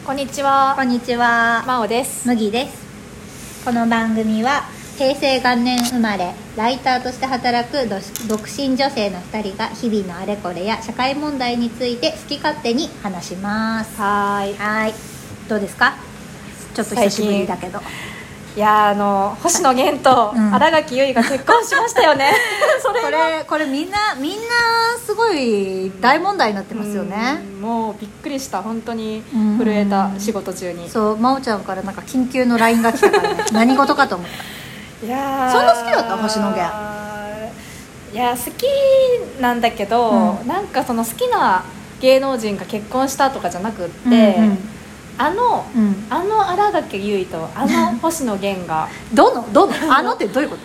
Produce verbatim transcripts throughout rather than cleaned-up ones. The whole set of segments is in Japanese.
こんにちは。 こんにちは。 まおです。 麦です。この番組は平成元年生まれ、ライターとして働く独身女性のふたりが日々のあれこれや社会問題について好き勝手に話します。 はい。 はい。どうですか？ちょっと久しぶりだけど。 いやあの星野源と新垣結衣が結婚しましたよね。それこれこれみんなみんなすごい大問題になってますよね。 うん、もうびっくりした。本当に震えた、仕事中に。 そう、真央ちゃんからなんか緊急の ライン が来たからね。何事かと思った。 いやそんな好きだった星野源？ いや好きなんだけど、うん、なんかその好きな芸能人が結婚したとかじゃなくって、うんうん、あの、うん、あの新垣結衣とあの星野源がどのどのあのってどういうこと？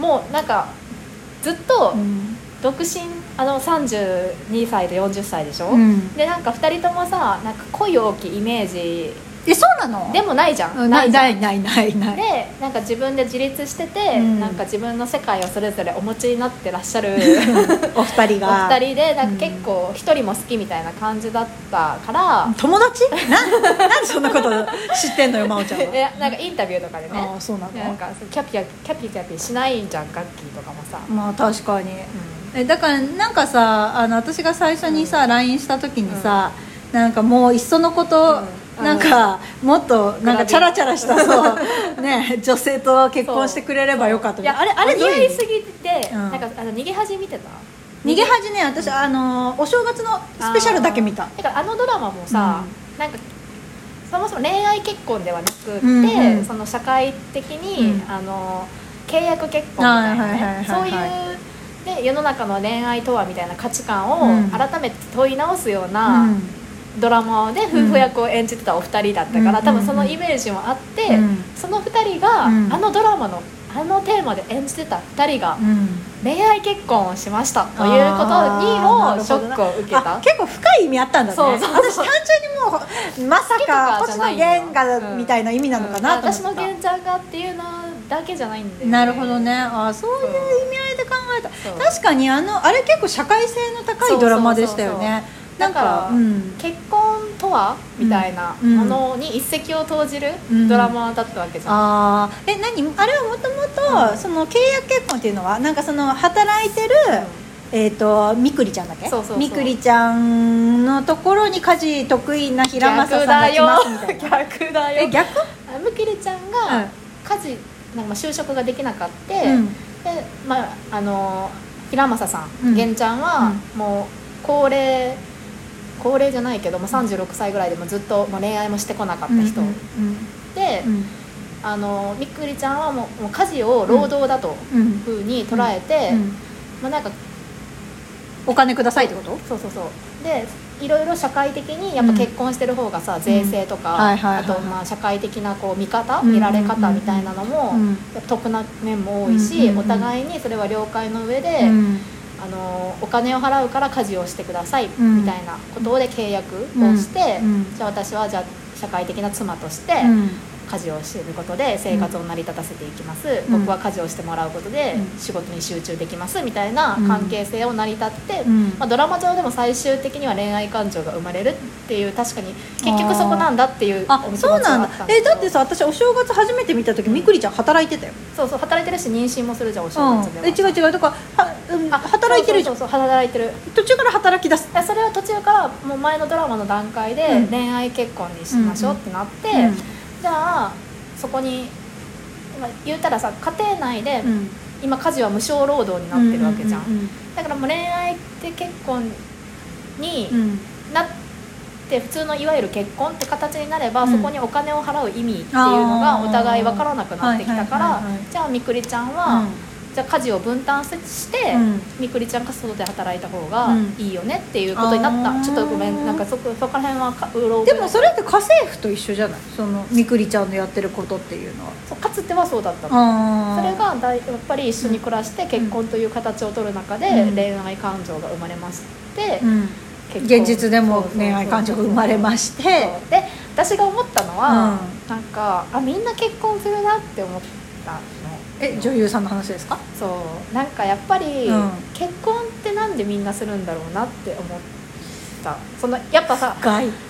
もうなんかずっと独身、あのさんじゅうにさいとよんじゅっさいでしょ、うん、でなんかふたりともさ、なんか恋多きイメージ。 え、そうなの？ でもないじゃん、 うん、ないないないないない。 でなんか自分で自立してて、うん、なんか自分の世界をそれぞれお持ちになってらっしゃるお二人がお二人でなんか結構一人も好きみたいな感じだったから、 うん、友達な, なんでそんなこと知ってんのよ、真央ちゃんは。 いやなんかインタビューとかでね、 あ、そうなの？ なんかキャピキャピキャピキャピしないんじゃん、ガッキーとかもさ。 まあ確かに、うん、えだからなんかさ、あの私が最初にさ、うん、ライン した時にさ、うん、なんかもういっそのこと、うん、なんかもっとなんかチャラチャラしたそうね、女性と結婚してくれればよかった。 いやあれあれどういうすぎて、うん、なんかあの逃げ恥見てた？ 逃げ恥ね、私、うん、あのお正月のスペシャルだけ見た。 だからあのドラマもさ、うん、なんかそもそも恋愛結婚ではなくって、うんうん、その社会的に、うん、あの契約結婚みたいなね、そういうで世の中の恋愛とはみたいな価値観を改めて問い直すような、うん、ドラマで夫婦役を演じてたお二人だったから、うん、多分そのイメージもあって、うん、その二人が、うん、あのドラマのあのテーマで演じてた二人が、うん、恋愛結婚をしましたということにもショックを受けた。 結構深い意味あったんだね。そうそうそう、私単純にもうまさか星野源がみたいな意味なのかなと思った。 私の源ちゃんがっていうのだけじゃないんで、ね、 なるほどね。あ、そういう意味合いで考えた。確かにあのあれ結構社会性の高いドラマでしたよね。 だから、うん、結婚とはみたいなものに一石を投じるドラマだったわけじゃん、うん、あえ何あれはもともとその契約結婚っていうのはなんかその働いてる、うん、えーとみくりちゃんだっけ？そうそうそう、みくりちゃんのところに家事得意な平正さんが来ますみたいな。 逆だよ。 え、逆？ みくりちゃんが家事なんか就職ができなかった、うん、で、まあ、あの平正さん、うん、源ちゃんはもう高齢高齢じゃないけどもさんじゅうろくさいぐらいでもずっともう恋愛もしてこなかった人、うんうんうん、で、うん、あのみくりちゃんはもう、もう家事を労働だというふうに捉えて、うんうん、まあ、なんかお金くださいってこと？ そうそうそう。でいろいろ社会的にやっぱ結婚してる方がさ、うん、税制とか、あとまあ社会的なこう見方、うん、見られ方みたいなのも、うん、やっぱ得な面も多いし、うん、お互いにそれは了解の上で、うん、あのお金を払うから家事をしてくださいみたいなことで契約をして、うんうん、じゃあ私はじゃあ社会的な妻として家事をしていることで生活を成り立たせていきます、うん、僕は家事をしてもらうことで仕事に集中できますみたいな関係性を成り立って、うん、まあ、ドラマ上でも最終的には恋愛感情が生まれるっていう、確かに結局そこなんだっていうお気持ちがあったんですけど。 えだってさ、私お正月初めて見た時、うん、みくりちゃん働いてたよ。 そうそう、働いてるし妊娠もするじゃん、お正月では、うん、え違う違う、だからは、うん、働いてるじゃん。 そうそうそう、働いてる。 途中から働き出す。 それは途中からもう前のドラマの段階で恋愛結婚にしましょうってなって、うんうん、じゃあそこに言うたらさ、家庭内で今家事は無償労働になってるわけじゃん、うんうんうんうん、だからもう恋愛って結婚になって普通のいわゆる結婚って形になれば、うん、そこにお金を払う意味っていうのがお互い分からなくなってきたから、じゃあみくりちゃんは、うん、じゃあ家事を分担して、うん、みくりちゃんが外で働いた方がいいよねっていうことになった、うん、ちょっとごめん、なんか そ, そこら辺はうろうろ。 でもそれって家政婦と一緒じゃない？そのみくりちゃんのやってることっていうのは。 そう、かつてはそうだったの。それがだいやっぱり一緒に暮らして結婚という形を取る中で恋愛感情が生まれまして、うん、 現実でも恋愛感情が生まれまして、 で私が思ったのは、うん、なんかあみんな結婚するなって思ったの。 え、女優さんの話ですか？ そうなんかやっぱり、うん、結婚ってなんでみんなするんだろうなって思った。そのやっぱさ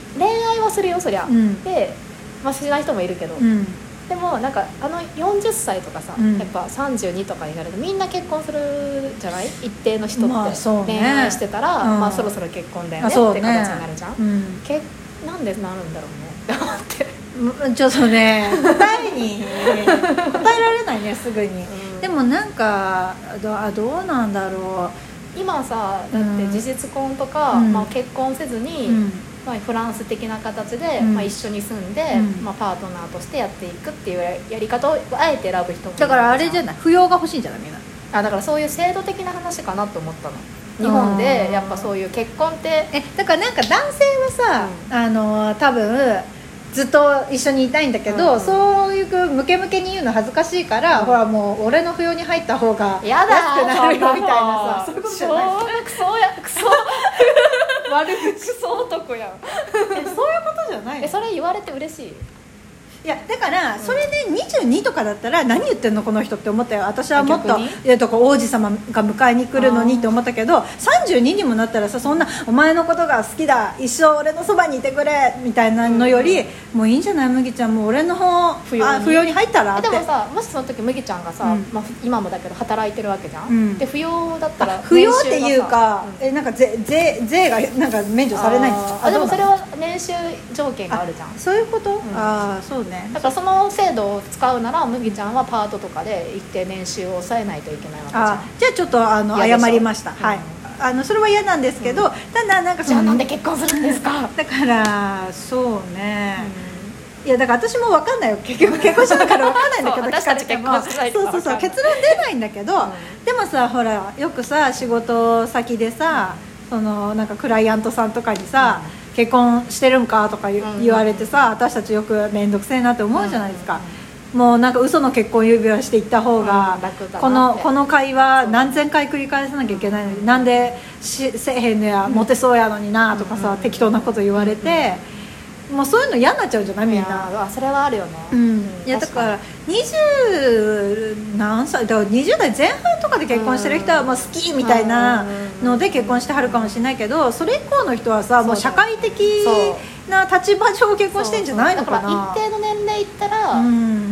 恋愛はするよそりゃ、うん、で、まあ、しない人もいるけど、うん、でもなんかあのよんじゅっさいとかさ、うん、やっぱさんじゅうにとかになるとみんな結婚するじゃない、一定の人って、まあそうね、恋愛してたら、うんまあ、そろそろ結婚だよねって形になるじゃん、うん、けなんでなるんだろうねって思ってちょっとね答えに答えられないねすぐに、うん、でもなんか ど, どうなんだろう、今さだって事実婚とか、うんまあ、結婚せずに、うんまあ、フランス的な形で、うんまあ、一緒に住んで、うんまあ、パートナーとしてやっていくっていうやり方をあえて選ぶ人もいる。 だからあれじゃない、扶養が欲しいんじゃないみんな。 あだからそういう制度的な話かなと思ったの。日本でやっぱそういう結婚ってえだからなんか男性はさ、うん、あの多分ずっと一緒にいたいんだけど、うん、そういうムケムケに言うの恥ずかしいから、うん、ほらもう俺の扶養に入った方が安くなるよみたいなさ、そういうことじゃないクソやクソ悪口クソ男やんえそういうことじゃないの？ えそれ言われて嬉しい？ いやだからそれでにじゅうにとかだったら何言ってんのこの人って思ったよ。私はもっといやとか王子様が迎えに来るのにって思ったけど、さんじゅうににもなったらさ、そんなお前のことが好きだ一生俺のそばにいてくれみたいなのより、うん、もういいんじゃない麦ちゃんもう俺の方扶養 に, あ扶養に入ったらって。 でもさもしその時麦ちゃんがさ、うんまあ、今もだけど働いてるわけじゃん、うん、で扶養だったら扶養っていうか、うん、えなんか 税, 税, 税がなんか免除されないんですか？ あでもそれは年収条件があるじゃん。 そういうこと、うん、ああそうね。 だからその制度を使うなら麦ちゃんはパートとかで一定年収を抑えないといけないわけじゃん。 あじゃあちょっとあの謝りました、うん、はい、あのそれは嫌なんですけど、うん、ただなんかじゃあなんで結婚するんですか？ だからそうね、うん、いやだから私も分かんないよ結局結婚したから分かんないんだけど私たち結婚しないとそうそうそう結論出ないんだけど、うん、でもさほらよくさ仕事先でさ、うん、そのなんかクライアントさんとかにさ、うん、結婚してるんかとか言われてさ、私たちよく面倒くせえなって思うじゃないですか、うんうんうん、もうなんか嘘の結婚指輪していった方が、うん、このこの会話何千回繰り返さなきゃいけないのに、なんでしせえへんのや、モテそうやのになとかさ、うん、適当なこと言われて、うん、もうそういうの嫌になっちゃうじゃないみんな。 それはあるよね、 うん、いやだからにじゅう何歳だからにじゅう代前半とかで結婚してる人はもう好きみたいなので結婚してはるかもしれないけど、それ以降の人はさもう社会的な立場上結婚してんじゃないのかな。 だから一定の年齢いったら、うん、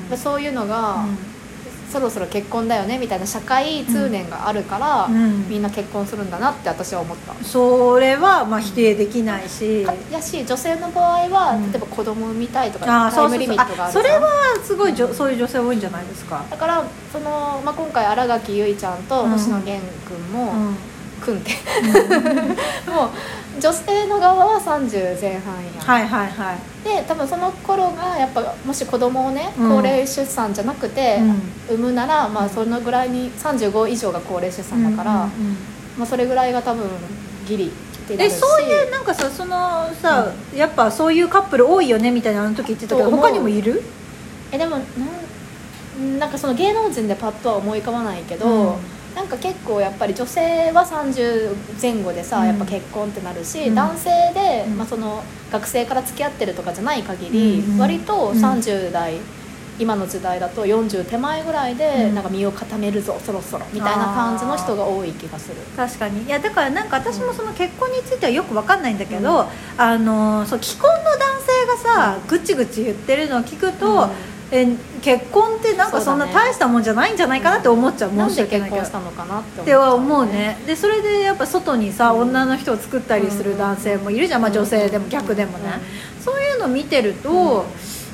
そういうのが、うん、そろそろ結婚だよねみたいな社会通念があるから、うん、みんな結婚するんだなって私は思った。 それはまあ否定できないし、 うん、やし女性の場合は、うん、例えば子供を産みたいとかタイムリミットがある。 それはすごい、うん、そういう女性多いんじゃないですか。 だからその、まあ、今回新垣結衣ちゃんと星野源君も、うんくんってもう女性の側はさんじゅうぜん半やん、 はいはいはい、 で多分その頃がやっぱもし子供をね、うん、高齢出産じゃなくて、うん、産むなら、まあ、そのぐらいにさんじゅうご以上が高齢出産だから、うんうんうんまあ、それぐらいが多分ギリってなるし。 えそういうなんかさそのさ、うん、やっぱそういうカップル多いよねみたいなあの時言ってたけど他にもいる？ えでもなんなんかその芸能人でパッとは思い浮かばないけど、うんなんか結構やっぱり女性はさんじゅうぜん後でさ、うん、やっぱ結婚ってなるし、うん、男性で、うんまあ、その学生から付き合ってるとかじゃない限り、うん、割とさんじゅう代、うん、今の時代だとよんじゅう手前ぐらいで、うん、なんか身を固めるぞそろそろみたいな感じの人が多い気がする。 確かに。いやだからなんか私もその結婚についてはよく分かんないんだけど、うん、あのそう既婚の男性がさ、うん、ぐちぐち言ってるのを聞くと、うんえ結婚ってなんかそんな大したもんじゃないんじゃないかなって思っちゃう。 申し訳ないけどなんで結婚したのかなって思っちゃう、ね、っては思うね。でそれでやっぱ外にさ、うん、女の人を作ったりする男性もいるじゃん、まあ、女性でも逆でもね、うん、そういうの見てると、うん、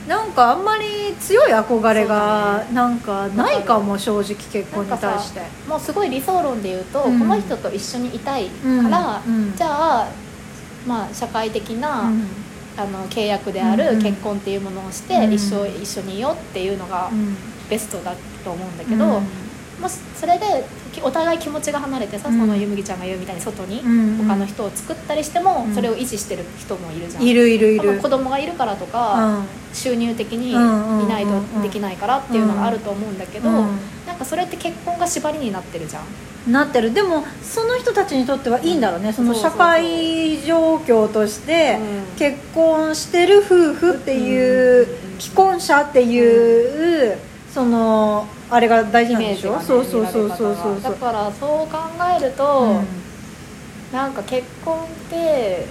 なんかあんまり強い憧れがなんかないかも、正直結婚に対して。 もうすごい理想論で言うと、うん、この人と一緒にいたいから、うん、じゃあ、まあ、社会的な、うんあの契約である結婚っていうものをして一生一緒にいようっていうのがベストだと思うんだけど、もしそれでお互い気持ちが離れてさ、そのゆむぎちゃんが言うみたいに外に他の人を作ったりしてもそれを維持してる人もいるじゃん。 いるいるいる。 子供がいるからとか収入的にいないとできないからっていうのがあると思うんだけど、なんかそれって結婚が縛りになってるじゃん。 なってる。でもその人たちにとってはいいんだろうね。その社会状況として結婚してる夫婦っていう既婚者っていうそのあれが大事なんでしょ。そうそうそうそうそう。 だからそう考えると、うん、なんか結婚って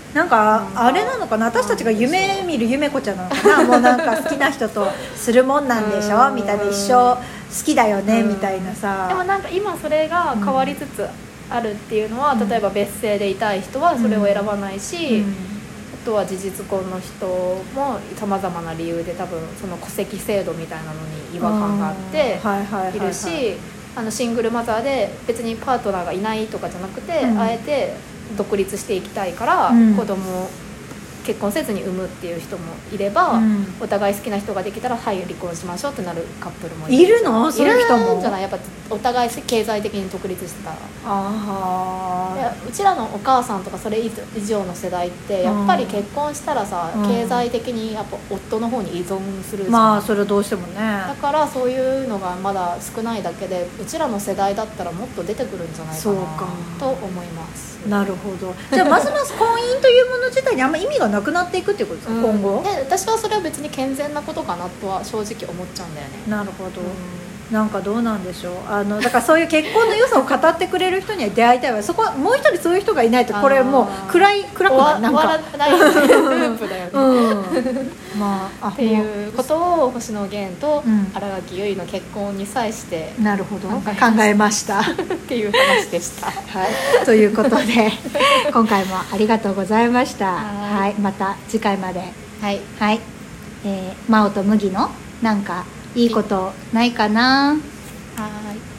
なんかあれなのかな、私たちが夢見る夢子ちゃんなのかなもうなんか好きな人とするもんなんでしょみたいな、一生好きだよねみたいなさ。 でもなんか今それが変わりつつあるっていうのは、うん、例えば別姓でいたい人はそれを選ばないし、うん、あとは事実婚の人もさまざまな理由で多分その戸籍制度みたいなのに違和感があっているし、あのシングルマザーで別にパートナーがいないとかじゃなくて、うん、あえて独立していきたいから、うん、子供を結婚せずに産むっていう人もいれば、うん、お互い好きな人ができたらはい離婚しましょうってなるカップルもいる。 いるの？そういう人もいるんじゃない？やっぱお互い経済的に独立してたら。あうちらのお母さんとかそれ以上の世代ってやっぱり結婚したらさ、うん、経済的にやっぱ夫の方に依存するじゃん。 まあそれはどうしてもね。 だからそういうのがまだ少ないだけで、うちらの世代だったらもっと出てくるんじゃないかなと思います。 なるほど。じゃあますます婚姻というもの自体にあんま意味がなくなっていくっていうことですか、うん、今後。 で私はそれは別に健全なことかなとは正直思っちゃうんだよね。 なるほど、うん、なんかどうなんでしょう。あのだからそういう結婚の良さを語ってくれる人には出会いたいわ。そこはもう一人そういう人がいないとこれもう暗い暗くないなんか終わらないループだよね、 うん、まあ、あっていうことを星野源と新垣結衣の結婚に際してなるほど考えましたっていう話でした、 はい、ということで今回もありがとうございました。はい、はい、また次回まで。 はい、 はい、えー、真央と麦のなんかいいことないかな。 はい。